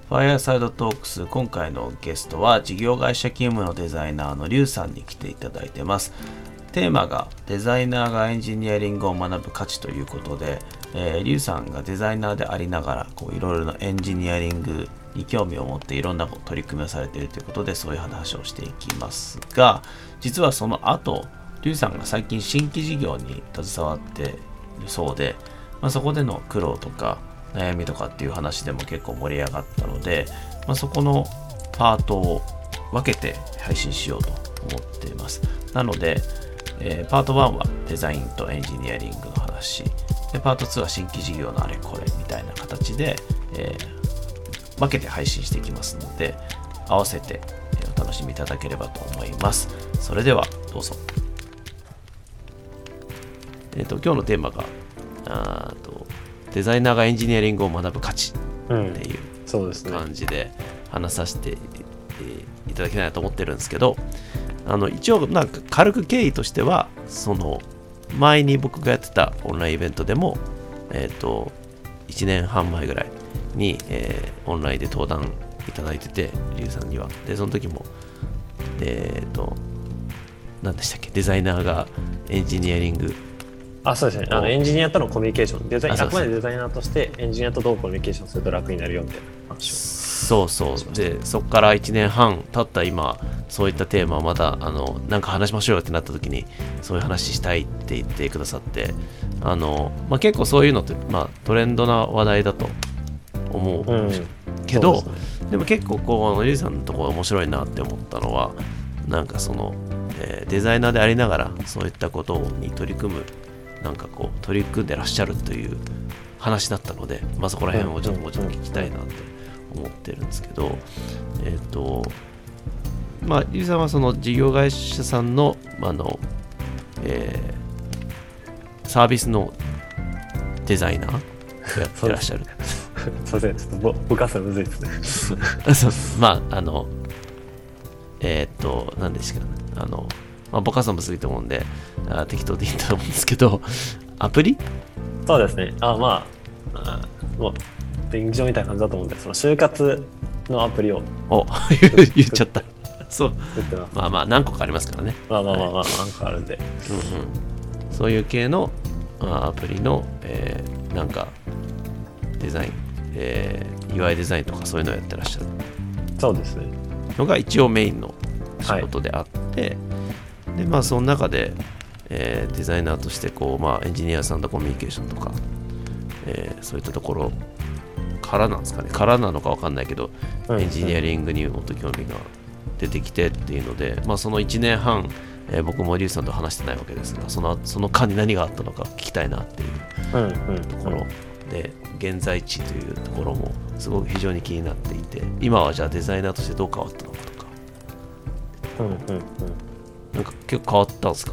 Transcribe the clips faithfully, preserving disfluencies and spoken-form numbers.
ファイアーサイドトークス、今回のゲストは事業会社勤務のデザイナーのリュウさんに来ていただいてます。テーマがデザイナーがエンジニアリングを学ぶ価値ということで、えー、リュウさんがデザイナーでありながらこういろいろなエンジニアリングに興味を持っていろんな取り組みをされているということで、そういう話をしていきますが、実はその後リュウさんが最近新規事業に携わっているそうで、まあ、そこでの苦労とか悩みとかっていう話でも結構盛り上がったので、まあ、そこのパートを分けて配信しようと思っています。なので、えー、パートワンはデザインとエンジニアリングの話で、パートツーは新規事業のあれこれみたいな形で、えー、分けて配信していきますので、合わせてお楽しみいただければと思います。それではどうぞ。えーと、今日のテーマがあとデザイナーがエンジニアリングを学ぶ価値っていう感じで話させていただきたいなと思ってるんですけど、あの一応なんか軽く経緯としては、その前に僕がやってたオンラインイベントでも、えーといちねんはんまえぐらいに、えー、オンラインで登壇いただいてて、リュウさんには。でその時もえっと何でしたっけ、デザイナーがエンジニアリング、 あ、そうですね。あのエンジニアとのコミュニケーション、デザイン、あくまでデザイナーとしてエンジニアとどうコミュニケーションすると楽になるよみたいな話を。 そうそう。で、そこからいちねんはん経った今、そういったテーマをまたあのなんか話しましょうよってなった時に、そういう話したいって言ってくださって、あの、まあ、結構そういうのって、まあ、トレンドな話題だと思うけど、うん、で, ね、でも結構こうリュウさんのところ面白いなって思ったのは、なんかその、えー、デザイナーでありながらそういったことに取り組む、なんかこう取り組んでらっしゃるという話だったので、まあ、そこら辺をちょっともうちょっと聞きたいなって思ってるんですけど、えっとまあリュウさんはその事業会社さんのあの、えー、サービスのデザイナーをやってらっしゃる。 すいません、ちょっとぼかすのむずいですね。 そう、まああのえっと何ですかね、あのまあ、ぼかすのむずいと思うんで、あ適当でいいと思うんですけど、アプリ？ そうですね。あ、まあ、あもう便宜上みたいな感じだと思うんで、その就活のアプリをお言っちゃった。そう。まあまあ何個かありますからね。 まあまあまあまあ何個あるんで。 うんうん。そういう系のアプリの、えー、なんかデザイン、えー、ユーアイ デザインとかそういうのをやってらっしゃる。 そうですね。 のが一応メインの仕事であって、はい、でまあその中で、えー、デザイナーとしてこう、まあ、エンジニアさんとコミュニケーションとか、えー、そういったところからなんですかね、からなのか分かんないけど、うん、エンジニアリングにもっと興味が出てきてっていうので、まあ、そのいちねんはん、えー、僕もリュウさんと話してないわけですが、その、その間に何があったのか聞きたいなっていうところで、現在地というところもすごく非常に気になっていて、今はじゃあデザイナーとしてどう変わったのかとか、 うんうんうん、 なんか結構変わったんですか？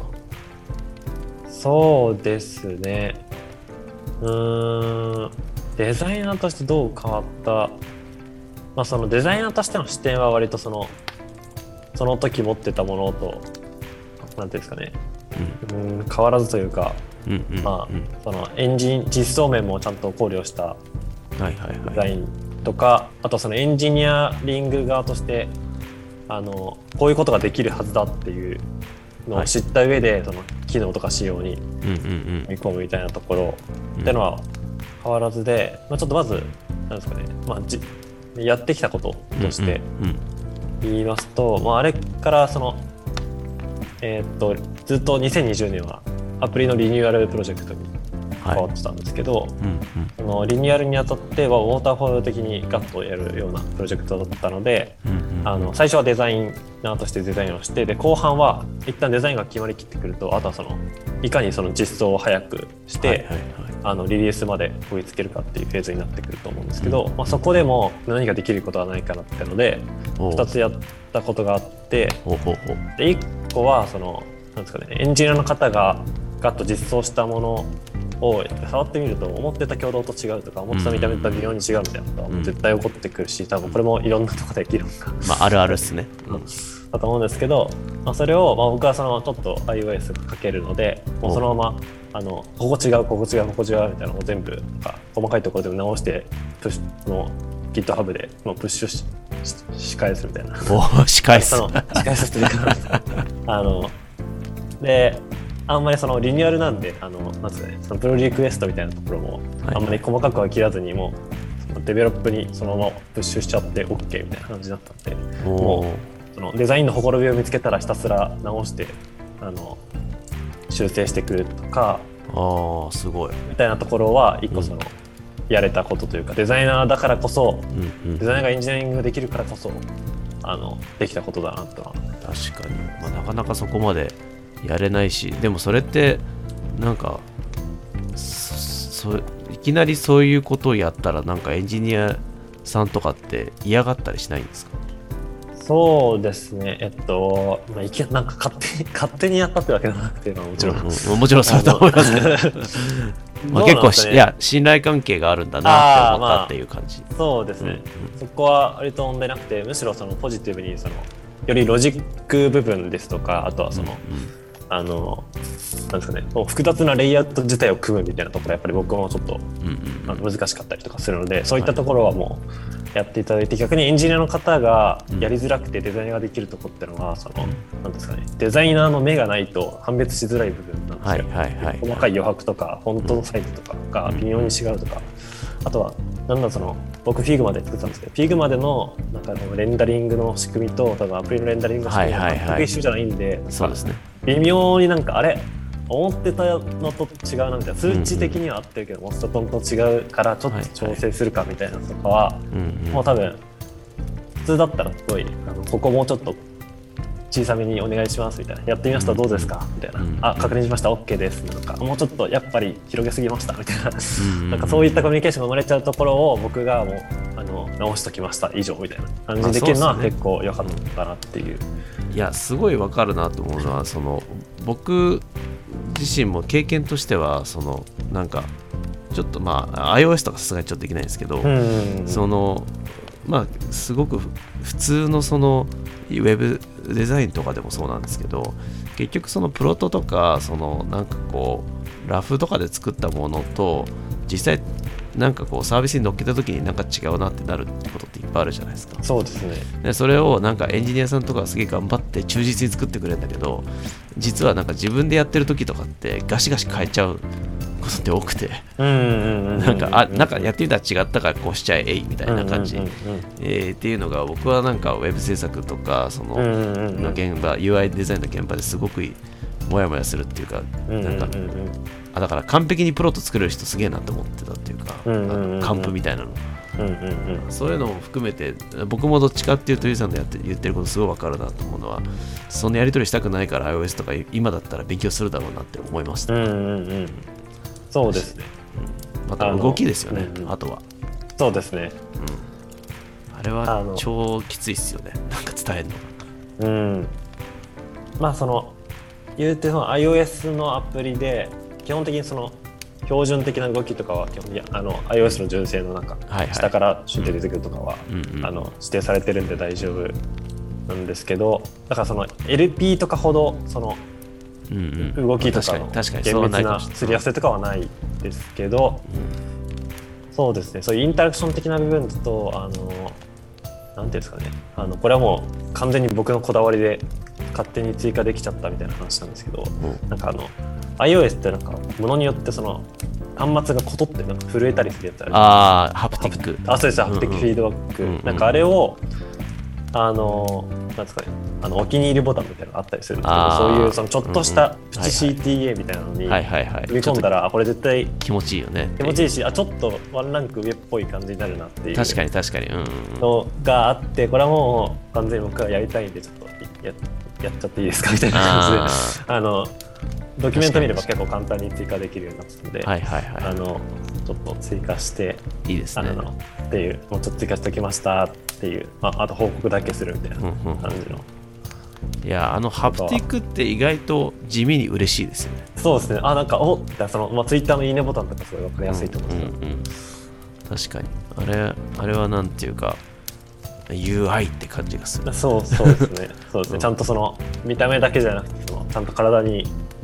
そうですね。うーん、デザイナーとしてどう変わった、まあ、そのデザイナーとしての視点は割とそのその時持ってたものとなんていうんですかね、うん、うん変わらずというか、うんうんうん、まあそのエンジン実装面もちゃんと考慮したデザインとか、はいはいはい、あとそのエンジニアリング側としてあのこういうことができるはずだっていうのを知った上で、はい、その機能とか仕様に見込むみたいなところってのは変わらずで、まあ、ちょっとまずなんですかね、まあ、じやってきたこととして言いますと、うんうんうん、まあ、あれからその、えー、っとずっとにせんにじゅうねんはアプリのリニューアルプロジェクトに変わってたんですけど、はい、うんうん、そのリニューアルにあたってはウォーターフォール的にガッとやるようなプロジェクトだったので、うんうん、あの最初はデザイナーとしてデザインをして、で後半は一旦デザインが決まりきってくると、あとはそのいかにその実装を早くして、はいはいはい、あのリリースまで追いつけるかっていうフェーズになってくると思うんですけど、うん、まあ、そこでも何ができることはないかなってのでふたつやったことがあって、でいっこはそのなんですかね、エンジニアの方がガッと実装したものを触ってみると思ってた挙動と違うとか思ってた見た目と微妙に違うみたいなことはもう絶対起こってくるし、多分これもいろんなところで議論が、 まあ、あるあるっすね、うん、 だと思うんですけど、まあ、それをまあ僕はそのちょっと iOS かけるのでもうそのままあのここ違うここ違うここ違うみたいなのを全部なんか細かいところでも直してプッシュの GitHub でもうプッシュししし返すみたいな。 お仕返す。 その仕返すというかあのであんまりそのリニューアルなんであのなんですかね、そのプロリクエストみたいなところもあんまり細かくは切らずにもうそのデベロップにそのままプッシュしちゃって OK みたいな感じだったんで、もうそのデザインのほころびを見つけたらひたすら直してあの修正していくとか、 ああすごいみたいなところは一個その、うん、やれたことというか、デザイナーだからこそ、うんうん、デザイナーがエンジニアリングできるからこそあのできたことだなとは。 確かに、まあ、なかなかそこまでやれないし、でもそれってなんか そ, そいきなりそういうことをやったらなんかエンジニアさんとかって嫌がったりしないんですか？ そうですね、えっと、まあ、いきなんか勝手に勝手にやったってわけじゃなくて、まあ、もちろん、うんうん、 もちろんそうだと思いますけどまあ結構し、ね、いや信頼関係があるんだなって思ったっていう感じ。 まあ、そうですね、うんうん、そこは割と問題なくて、むしろそのポジティブにそのよりロジック部分ですとか、あとはその、うんうん、あのなんですかね、もう複雑なレイアウト自体を組むみたいなところやっぱり僕もちょっと、うんうんうん、難しかったりとかするので、そういったところはもうやっていただいて、逆にエンジニアの方がやりづらくてデザインができるところっていうのは、そのなんですかね、デザイナーの目がないと判別しづらい部分なんですよ、はいはいはい、細かい余白とかフォントのサイズとかが微妙に違うとか、あとはなんだその僕 Figma で作ったんですけど、 Figma でのなんかレンダリングの仕組みと多分アプリのレンダリングの仕組みが全く一緒じゃないんで、 そうですね、 微妙になんかあれ思ってたのと違うなみたいな、数値的には合ってるけどモストトンと違うからちょっと調整するかみたいなとかは、もう多分普通だったらすごいあのここもうちょっと小さめにお願いしますみたいな、やってみましたどうですかみたいな、あ確認しました OK ですなんか、もうちょっとやっぱり広げすぎましたみたいななんかそういったコミュニケーションが生まれちゃうところを僕がもうあの直しときました以上みたいな感じでできるのは結構良かったなっていう。 いやすごい分かるなと思うのは、その僕自身も経験としてはそのなんかちょっとまあ iOS とかさすがにちょっとできないんですけど、そのまあすごく普通のそのウェブデザインとかでもそうなんですけど、結局そのプロトとかそのなんかこうラフとかで作ったものと実際なんかこうサービスに乗っけた時になんか違うなってなるってことっていっぱいあるじゃないですか。 そうですね。 でそれをなんかエンジニアさんとかすげえ頑張って忠実に作ってくれるんだけど、実はなんか自分でやってる時とかってガシガシ変えちゃうことって多くて、なんかあなんかやってみたら違ったからこうしちゃええいみたいな感じ、えー、っていうのが僕はなんかウェブ制作とかそのの現場 ユーアイ デザインの現場ですごくモヤモヤするっていうか、なんかあだから完璧にプロット作れる人すげえなと思ってたっていうか、カンプみたいなの、うんうんうん、そういうのも含めて僕もどっちかっていうとユーさんのやって言ってることすごい分かるなと思うのは、そのやり取りしたくないから iOS とか今だったら勉強するだろうなって思いました。うんうんうん、 そうですね、 うん、また動きですよね。 あ,、うん、あとはそうですね、 うん、あれは超きついっすよね、なんか伝えるのが。うんまあその言うてその iOS のアプリで基本的にその標準的な動きとかは基本にあの iOS の純正のなんか下からシュッて出てくるとかは、うん、あの指定されてるんで大丈夫なんですけど、だからその エルピー とかほどその動きとかの厳密なすり合わせとかはないですけど、そうですね、そういうインタラクション的な部分だとあのなんていうんですかね、あのこれはもう完全に僕のこだわりで勝手に追加できちゃったみたいな話なんですけど、うん、なんかあの iOS ってなんかものによってその端末がコトってなんか震えたりするやつある。 ああハプティック。 あそうですハプティックフィードバック、うんうん、なんかあれをあのなんですかね、あのお気に入りボタンみたいなのがあったりするんですけど、そういうそのちょっとしたプチ シーティーエー みたいなのに踏み込んだら、あこれ絶対気持ちいいよね。 気持ちいいし、あちょっとワンランク上っぽい感じになるなっていう。 確かに確かに。うんのがあって、これはもう完全に僕はやりたいんでちょっとややっちゃっていいですかみたいな感じで、あのドキュメント見れば結構簡単に追加できるようになってたので、はいはいはい、あのちょっと追加していいですね。あのっていうもうちょっと追加しておきましたっていう、まあ、あと報告だけするみたいな感じの。うんうん、 いやあのハプティックって意外と地味に嬉しいですよね。 そうですね。あなんかおその、まあ、ツイッターのいいねボタンとかすごい分かりやすいと思うんですけど、うんうんうん、 確かにあれあれはなんていうか ユーアイ って感じがする。 そうそうですね。そうですね。ちゃんとその見た目だけじゃなくてそのちゃんと体に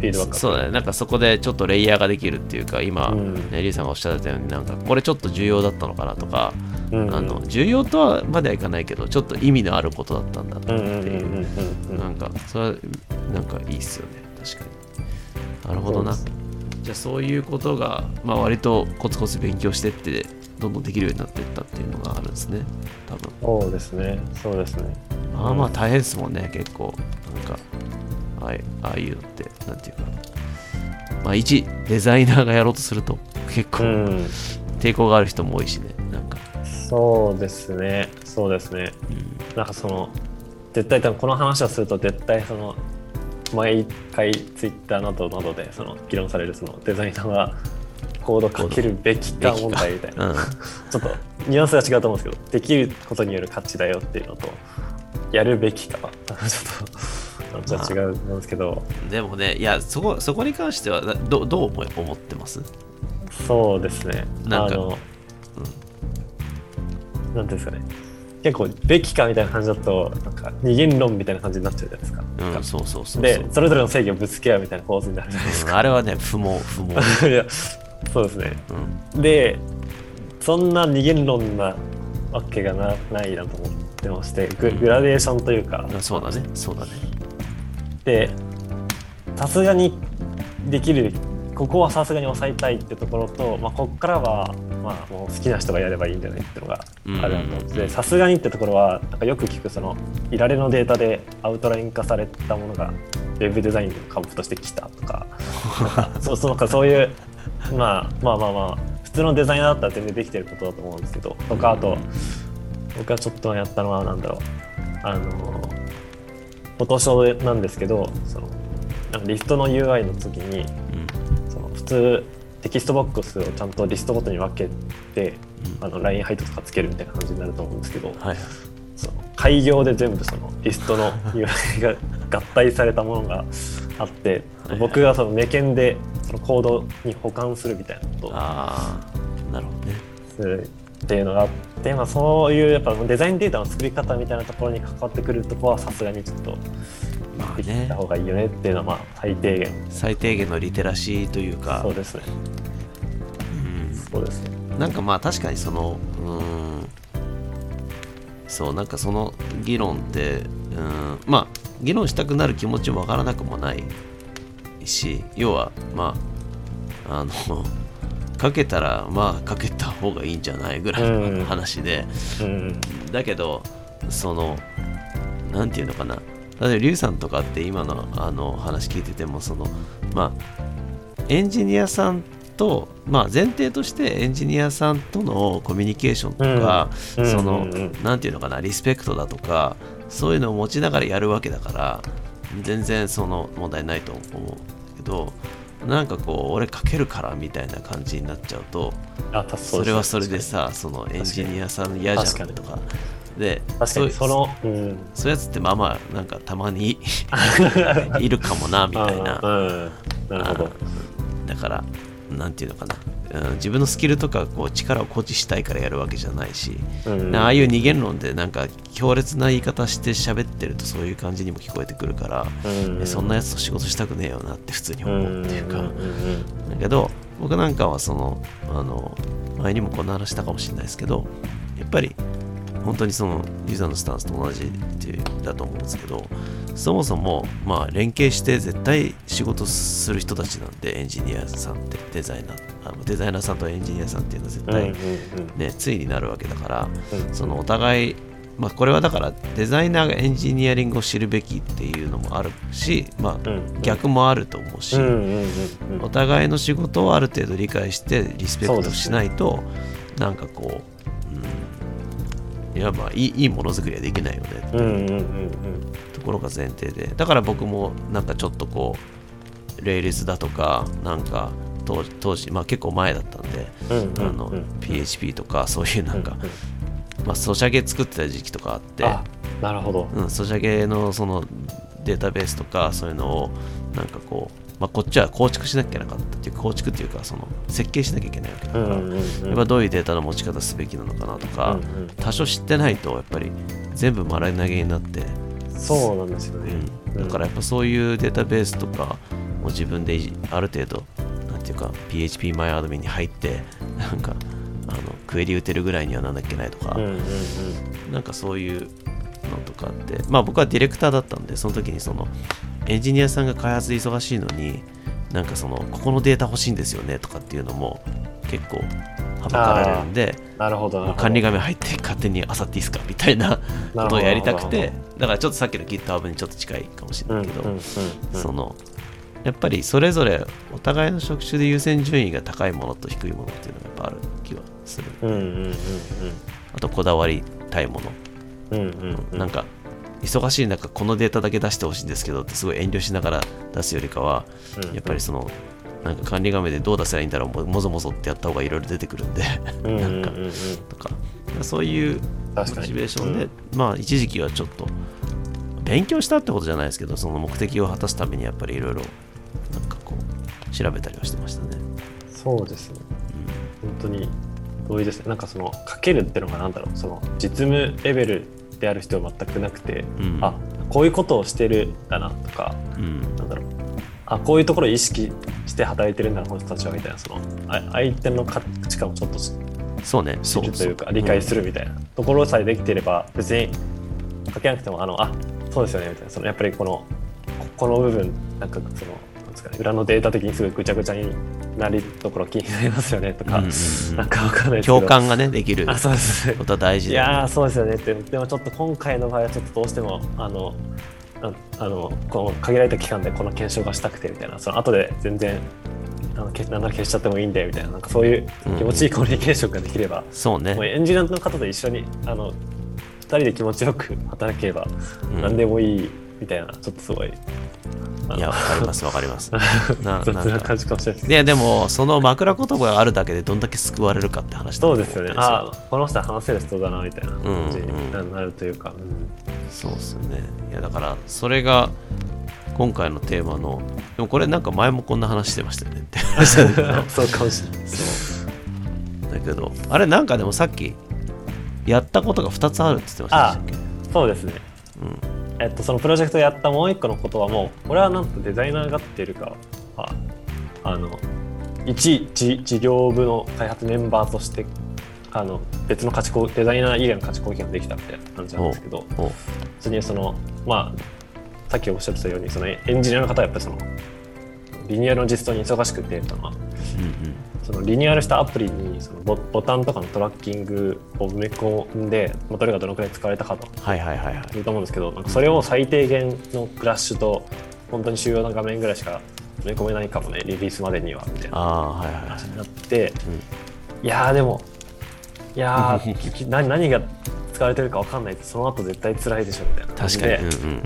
フィードバック。 そうだね、なんかそこでちょっとレイヤーができるっていうか、今、 うんね、リュウさんがおっしゃったように、なんかこれちょっと重要だったのかなとか、 うんうん、 あの重要とはまではいかないけど、ちょっと意味のあることだったんだなっていう、なんかそれはなんかいいっすよね、確かに。なるほどな。じゃあそういうことが、まあ、割とコツコツ勉強してってどんどんできるようになっていったっていうのがあるんですね、多分。 そうですね、そうですね。 まあまあ大変ですもんね、結構。なんかああいう、ああいうのってなんていうか、まあ一デザイナーがやろうとすると結構抵抗がある人も多いしね、なんか。 そうですね、そうですね。うん、なんかその絶対多分この話をすると絶対その毎回ツイッターなどなどでその議論されるそのデザイナーはコードかけるべきか問題みたいな、うん、ちょっとニュアンスが違うと思うんですけど、できることによる価値だよっていうのと、やるべきかはちょっとちょっと違うと思うんですけど、 でもね、いやそこそこに関してはどどう思ってます？ そうですね、 なんか、 あの、うん、なんていうんですかね、結構べきかみたいな感じだとなんか二元論みたいな感じになっちゃうじゃないですか。 うん、そうそうそうそう。 でそれぞれの正義をぶつけ合うみたいな構図になるじゃないですか。 うん、あれはね不毛不毛。 いやそうですね。うん、でそんな二元論なわけが な, ないなと思ってまして、グ, グラデーションというか、 うん、そうだねそうだね。 でさすがにできる、ここはさすがに抑えたいってところと、まあ、ここからはまあもう好きな人がやればいいんじゃないっていうのがあるので、さすがにってところはなんかよく聞く、そのいられのデータでアウトライン化されたものがウェブデザインの科目としてきたとかそうそう、なんかそういう、まあ、まあまあまあ普通のデザイナーだったら全然できてることだと思うんですけど、とか、あと僕がちょっとやったのはなんだろう、あのフォトショーなんですけど、そのなんかリストの ユーアイ の時に、うん、その普通テキストボックスをちゃんとリストごとに分けて、うん、あのラインハイトとかつけるみたいな感じになると思うんですけど、はい、その開業で全部そのリストの ユーアイ が合体されたものがあって、はい、僕がそのメケンでそのコードに保管するみたいなことをなるほどねするっていうのがあって、まあ、そういうやっぱデザインデータの作り方みたいなところに関わってくるところはさすがにちょっとできた方がいいよねっていうのはまあ最低限最低限のリテラシーというか、 そうですね、うん、そうですね。 なんかまあ確かにそのうーんそうなんかその議論ってうーんまあ議論したくなる気持ちもわからなくもないし、要はまああのかけたらまあかけた方がいいんじゃないぐらいの話で、うんうん、だけどそのなんていうのかな、例えばリュウさんとかって今のあの話聞いてても、そのまあエンジニアさんと、まあ、前提としてエンジニアさんとのコミュニケーションとか、うん、その、うんうん、なんていうのかな、リスペクトだとかそういうのを持ちながらやるわけだから全然その問題ないと思うけど、なんかこう俺かけるからみたいな感じになっちゃうと、 あ、 それはそれでさ、そのエンジニアさん嫌じゃんとかで、 確かにその、うん、 そういうやつってまあまあなんかたまにいるかもなみたいな。 うん、なるほど。 だからなんていうのかな、うん、自分のスキルとかこう力を誇示したいからやるわけじゃないし、うん、ああいう二元論でなんか強烈な言い方して喋ってるとそういう感じにも聞こえてくるから、うん、そんなやつと仕事したくねえよなって普通に思うっていうか、うん、だけど僕なんかはそのあの前にもこんな話したかもしれないですけど、やっぱり本当にそのユーザーのスタンスと同じだと思うんですけど、そもそもまあ連携して絶対仕事する人たちなんで、エンジニアさんってデザイナーあのデザイナーさんとエンジニアさんっていうのは絶対ね対になるわけだから、そのお互いまあこれはだからデザイナーがエンジニアリングを知るべきっていうのもあるし、まあ逆もあると思うし、お互いの仕事をある程度理解してリスペクトしないと、なんかこういやまあいい、いいものづくりはできないよねっていうところが前提で、だから僕もなんかちょっとこうレイルズだとかなんか当時、当時まあ結構前だったんで、うんうんうん、あの ピーエイチピー とかそういうなんか、うんうん、まあソシャゲ作ってた時期とかあって、 あ、なるほど、 うん、ソシャゲのそのデータベースとかそういうのをなんかこうまあ、こっちは構築しなきゃいけなかったっていう構築っていうかその設計しなきゃいけないわけだから、うんうんうん、やっぱどういうデータの持ち方すべきなのかなとか、うんうん、多少知ってないとやっぱり全部丸投げになって、 そうなんですよね、 うん、だからやっぱそういうデータベースとかもう自分である程度なんていうか ピーエイチピー マイアドミンに入ってなんかあのクエリ打てるぐらいにはなんだっけないとか、うんうんうん、なんかそういうのとかあって、まあ僕はディレクターだったんでその時にそのエンジニアさんが開発で忙しいのになんかそのここのデータ欲しいんですよねとかっていうのも結構はばかられるんで、 なるほどなるほど、 管理画面入って勝手に漁っていいですかみたいなことをやりたくて、だからちょっとさっきの GitHub にちょっと近いかもしれないけど、うんうんうんうん、そのやっぱりそれぞれお互いの職種で優先順位が高いものと低いものっていうのがやっぱある気はする、うんうんうんうん、あとこだわりたいもの、うんうんうん、なんか忙しい中このデータだけ出してほしいんですけどってすごい遠慮しながら出すよりかは、うんうん、やっぱりそのなんか管理画面でどう出せばいいんだろうもぞもぞってやった方がいろいろ出てくるんでなんかとかそういうモチベーションで、うん、まあ一時期はちょっと勉強したってことじゃないですけどその目的を果たすためにやっぱりいろいろなんかこう調べたりはしてましたね。 そうですね、うん、本当に同意ですね。なんかそのかけるっていうのがなんだろう、その実務レベルである人は全くなくて、うん、あこういうことをしてるんだなとか、うん、なんだろうあこういうところを意識して働いてるんだなこの人たちはみたいな、その相手の価値観をちょっとそうね知るというか理解するみたいなところさえできていれば別にかけなくてもあのあそうですよねみたいな、そのやっぱりこのこの部分なんかそのなんですかね、裏のデータ的にすごいぐちゃぐちゃになるところ気になりますよねとか、うんうんうん、なんかわかんないですけど共感がねできることは大事だよね。 いやそうですよねって。でもちょっと今回の場合はちょっとどうしてもあのああのこの限られた期間でこの検証がしたくてみたいな、その後で全然あの消なんなら消しちゃってもいいんだよみたいな、なんかそういう気持ちいいコミュニケーションができれば、うん、 そうね、 もうエンジニアの方と一緒にあのふたりで気持ちよく働ければ何でもいいみたいな、うん、ちょっとすごいいやわかりますわかりますな雑な感じかもしれないです。 いやでもその枕言葉があるだけでどんだけ救われるかって話だと思うんですよ。 そうですよね。あこの人は話せる人だなみたいな感じになるというか、うんうんうん、 そうですよね。いやだからそれが今回のテーマのでもこれなんか前もこんな話してましたよねって話だけどそうかもしれない。 そうだけどあれなんかでもさっきやったことがふたつあるって言ってましたっけ。 そうですね、うんえっと、そのプロジェクトをやったもう一個のことはもうこれはなんとデザイナーがっていうよりかはあの一事業部の開発メンバーとしてあの別の価値向デザイナー以外の価値貢献ができたみたいな感じなんですけど、普通にそのまあさっきおっしゃってたようにそのエンジニアの方はやっぱりそのリニューアルの実装に忙しくて、その、うんうん、そのリニューアルしたアプリにその ボ, ボタンとかのトラッキングを埋め込んで、まあ、どれがどのくらい使われたかとはいはいはいはいいうと思うんですけど、なんかそれを最低限のクラッシュと本当に主要な画面ぐらいしか埋め込めないかもねリリースまでにはみたいな話になって、はいはいはいうん、いやーでもいやー何, 何が使われてるか分かんないってその後絶対辛いでしょみたいな感じで、確かに、うんうんうん、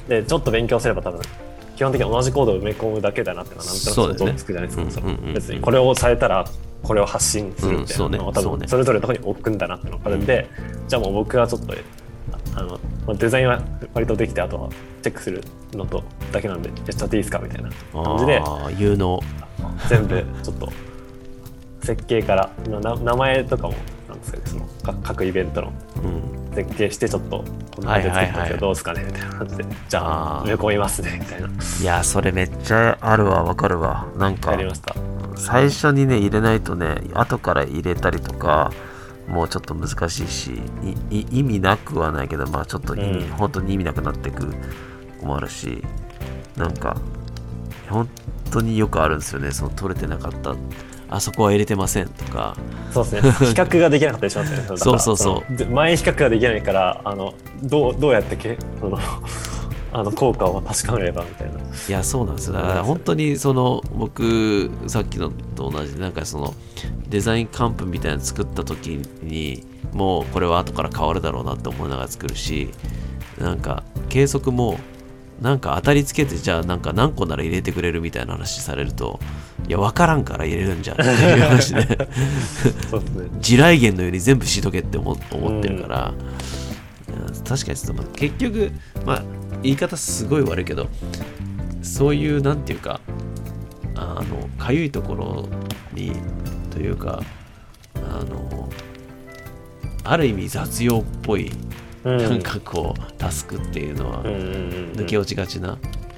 でちょっと勉強すれば多分基本的に同じコードを埋め込むだけだなっていうのはなんとなく想像つくじゃないですか。そ、ねうんうんうん、別にこれをされたらこれを発信するみたいなのを、うんね、多分それぞれのところに置くんだなっていうのが分かるんで、うん、じゃあもう僕はちょっとあのデザインは割とできてあとはチェックするのとだけなんでやっちゃっていいですかみたいな感じで有能全部ちょっと設計から名前とかもなんですかね、その各イベントの設計してちょっとこんな感じで作ったけどどうですかねみたいな感じで、じゃあ埋め込みますねみたいな。 いやそれめっちゃあるわ、わかるわ。なんかやりました。 最初にね入れないとね後から入れたりとかもうちょっと難しいしい意味なくはないけど、まあちょっと意味、うん、本当に意味なくなっていくのもあるし、なんか本当によくあるんですよね、その取れてなかったあそこは入れてませんとか。 そうですね、比較ができなかったりしますよね。 そうそうそう前比較ができないからあのどうどうやってけそのあの効果を確かめればみたいな。 いやそうなんですよ。だから本当にその僕さっきのと同じでなんかそのデザインカンプみたいなの作った時にもうこれは後から変わるだろうなって思いながら作るし、なんか計測もなんか当たりつけてじゃあなんか何個なら入れてくれるみたいな話されると、いや分からんから入れるんじゃんっていう話でそうですね、地雷原のように全部しとけって 思, 思ってるから、うん、確かにちょっと結局まあ言い方すごい悪いけどそういうなんていうかあのかゆいところにというかあのある意味雑用っぽいなんかこうタスクっていうのは抜け落ちがちな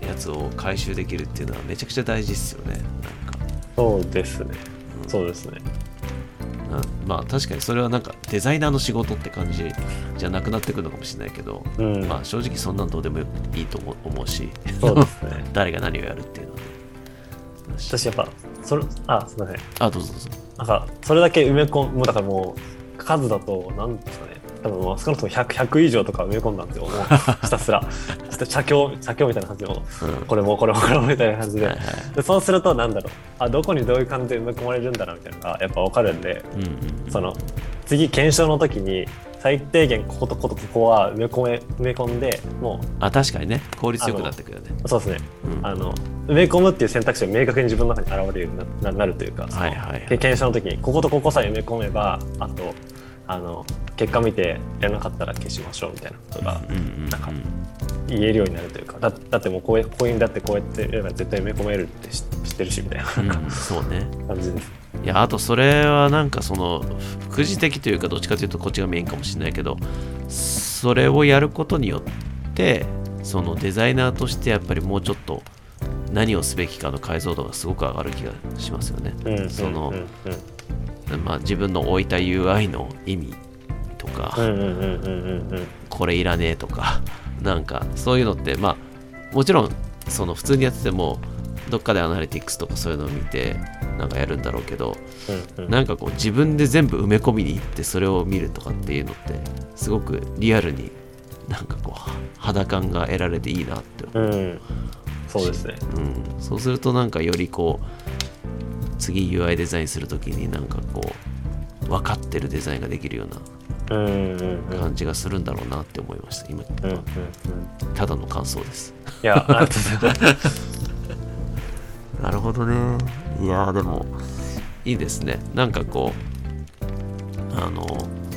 やつを回収できるっていうのはめちゃくちゃ大事ですよね。なんかそうですね、うん、そうですね。 まあ確かにそれはなんかデザイナーの仕事って感じじゃなくなってくるのかもしれないけど、うん、まあ正直そんなのどうでもいいと思うし、 そうですね誰が何をやるっていうのはね。 私やっぱそれあすみませんあどうぞどうぞ。 なんかそれだけ埋め込む、だからもう数だとなんですかね、多分もう少なくとも ひゃく, ひゃく以上とか埋め込んだんですよ。もうひたすら写経写経みたいな感じの、うん、これもこれもこれもみたいな感じで、はいはい、でそうするとなんだろう、あどこにどういう感じで埋め込まれるんだなみたいなのがやっぱ分かるんで、うんうんうん、その次検証の時に最低限こことこことここは埋め込め埋め込んで、もうあ確かにね効率よくなってくるよね。 そうですね、うん、あの埋め込むっていう選択肢が明確に自分の中に現れるように な, なるというか、はいはいはい、検証の時にこことここさえ埋め込めば、あとあの結果見てやらなかったら消しましょうみたいなことがなんか言えるようになるというか、だ, だってもうこういうこういうだってこうやってやれば絶対埋め込めるって知ってるしみたいな、うん、 そうね感じです。 いやあとそれはなんかその副次的というか、どっちかというとこっちがメインかもしれないけど、それをやることによってそのデザイナーとしてやっぱりもうちょっと何をすべきかの解像度がすごく上がる気がしますよね。うん、その、うんうんまあ、自分の置いた ユーアイ の意味とか、これいらねえとか、なんかそういうのってまあもちろんその普通にやっててもどっかでアナリティクスとかそういうのを見てなんかやるんだろうけど、うんうん、なんかこう自分で全部埋め込みに行ってそれを見るとかっていうのってすごくリアルになんかこう肌感が得られていいなって思う、うん、 そうですね、 うん、そうするとなんかよりこう次 ユーアイ デザインするときになんかこう分かってるデザインができるような感じがするんだろうなって思いました今、うんうんうん、ただの感想です。 いやありがとうございますなるほどね。いやでもいいですね。なんかこうあの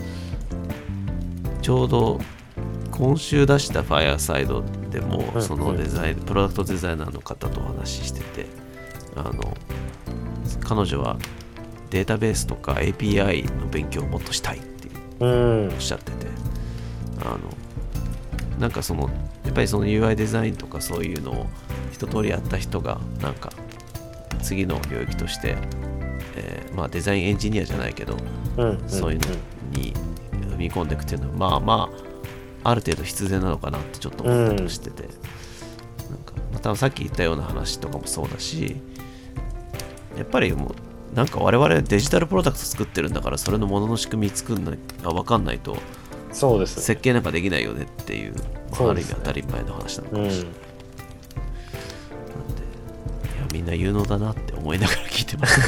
ちょうど今週出したファイアーサイドでも、うん、そのデザイン、うん、プロダクトデザイナーの方とお話ししてて、あの彼女はデータベースとか エーピーアイ の勉強をもっとしたいっておっしゃってて、うん、あのなんかそのやっぱりその ユーアイ デザインとかそういうのを一通りやった人がなんか次の領域として、えーまあ、デザインエンジニアじゃないけど、うん、そういうのに踏み込んでいくっていうのはまあまあある程度必然なのかなってちょっと思ったりしてて、うん、なんかまたさっき言ったような話とかもそうだし、やっぱりもうなんか我々デジタルプロダクト作ってるんだからそれのものの仕組み作んないあ分かんないとそうです、ね、 設計なんかできないよねっていう、まあ、ある意味当たり前の話なのかもしれない。みんな有能だなって思いながら聞いてます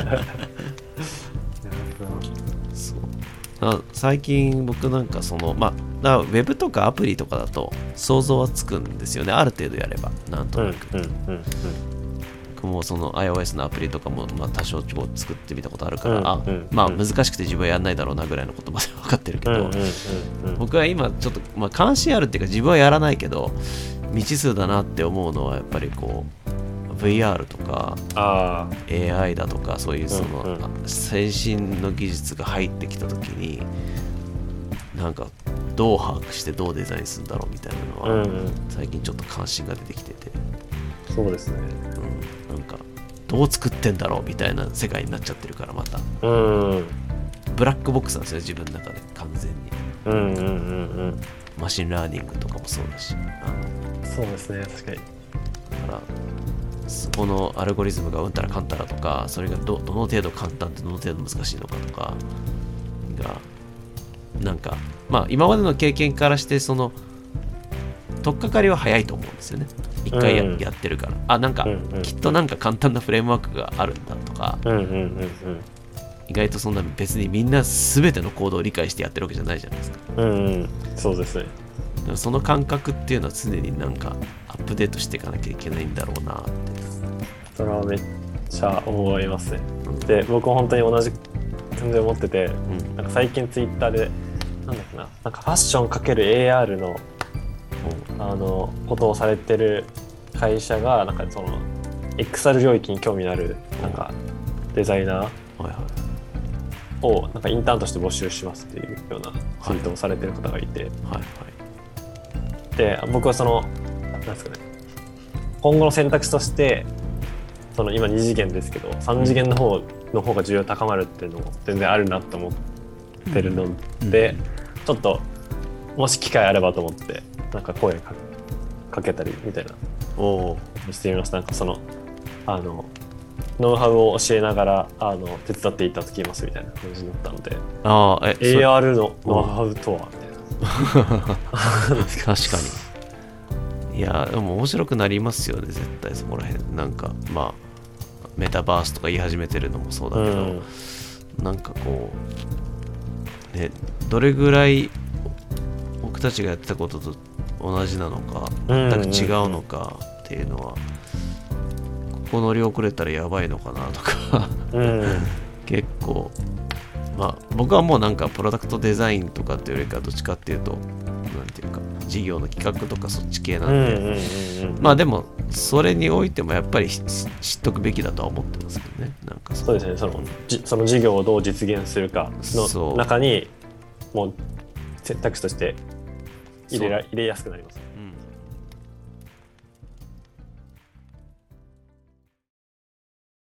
そう最近僕なんかそのまあだウェブとかアプリとかだと想像はつくんですよね、ある程度やればなんとなく、うんうんうんうん、僕もその iOS のアプリとかもまあ多少作ってみたことあるから、うんうんうん、あまあ難しくて自分はやんないだろうなぐらいのことまで分かってるけど、うんうんうんうん、僕は今ちょっと、まあ、関心あるっていうか自分はやらないけど未知数だなって思うのはやっぱりこうブイアール とかあ エーアイ だとかそういうその、うんうん、先進の技術が入ってきた時になんかどう把握してどうデザインするんだろうみたいなのは、うんうん、最近ちょっと関心が出てきてて、 そうですね、 うん、なんかどう作ってんだろうみたいな世界になっちゃってるからまた、 うん、 ブラックボックスなんですよ自分の中で完全に、 うんうんうんうん、 マシンラーニングとかもそうだし、あのそうですね確かにだからこのアルゴリズムがうんたらかんたらとか、それが ど, どの程度簡単でどの程度難しいのかとかがなんかまあ今までの経験からしてその取っかかりは早いと思うんですよね一回 や,、うん、やってるから、あなんか、うんうん、きっとなんか簡単なフレームワークがあるんだとか、うんうんうんうん、意外とそんな別にみんな全てのコードを理解してやってるわけじゃないじゃないですか、 うんうん、そうですね。 その感覚っていうのは常になんかアップデートしていかなきゃいけないんだろうなって。 それはめっちゃ思いますね、うん、で僕も本当に同じ感じで思ってて、うん、なんか最近ツイッターでなんだっけな、なんかファッション×エーアール の、うん、あのことをされてる会社がなんかその エックスアール 領域に興味のあるなんかデザイナーをなんかインターンとして募集しますっていうようなツイートをされてる方がいて、はいはいはい、で僕はそのなんですかね、 今後の選択肢としてその今に次元ですけどさん次元の方の方が需要高まるっていうのも全然あるなと思ってるので、うん、ちょっともし機会あればと思ってなんか声かかけたりみたいなおしてみました。なんかそのあのノウハウを教えながらあの手伝っていただきますみたいな感じになったので、 あえエーアール のノウハウとはみたいな確かにいやでも面白くなりますよね絶対そこら辺なんかまあメタバースとか言い始めてるのもそうだけど、うん、なんかこうねどれぐらい僕たちがやってたことと同じなのか全く違うのかっていうのは、ここ乗り遅れたらやばいのかなとかうん、結構まあ僕はもうなんかプロダクトデザインとかっていうよりかどっちかっていうとなんていうか事業の企画とかそっち系なんで、まあでもそれにおいてもやっぱり知っとくべきだとは思ってますけどね。なんか そ, そうですねそのじその事業をどう実現するかの中にもう選択肢として入れら入れやすくなります。 うん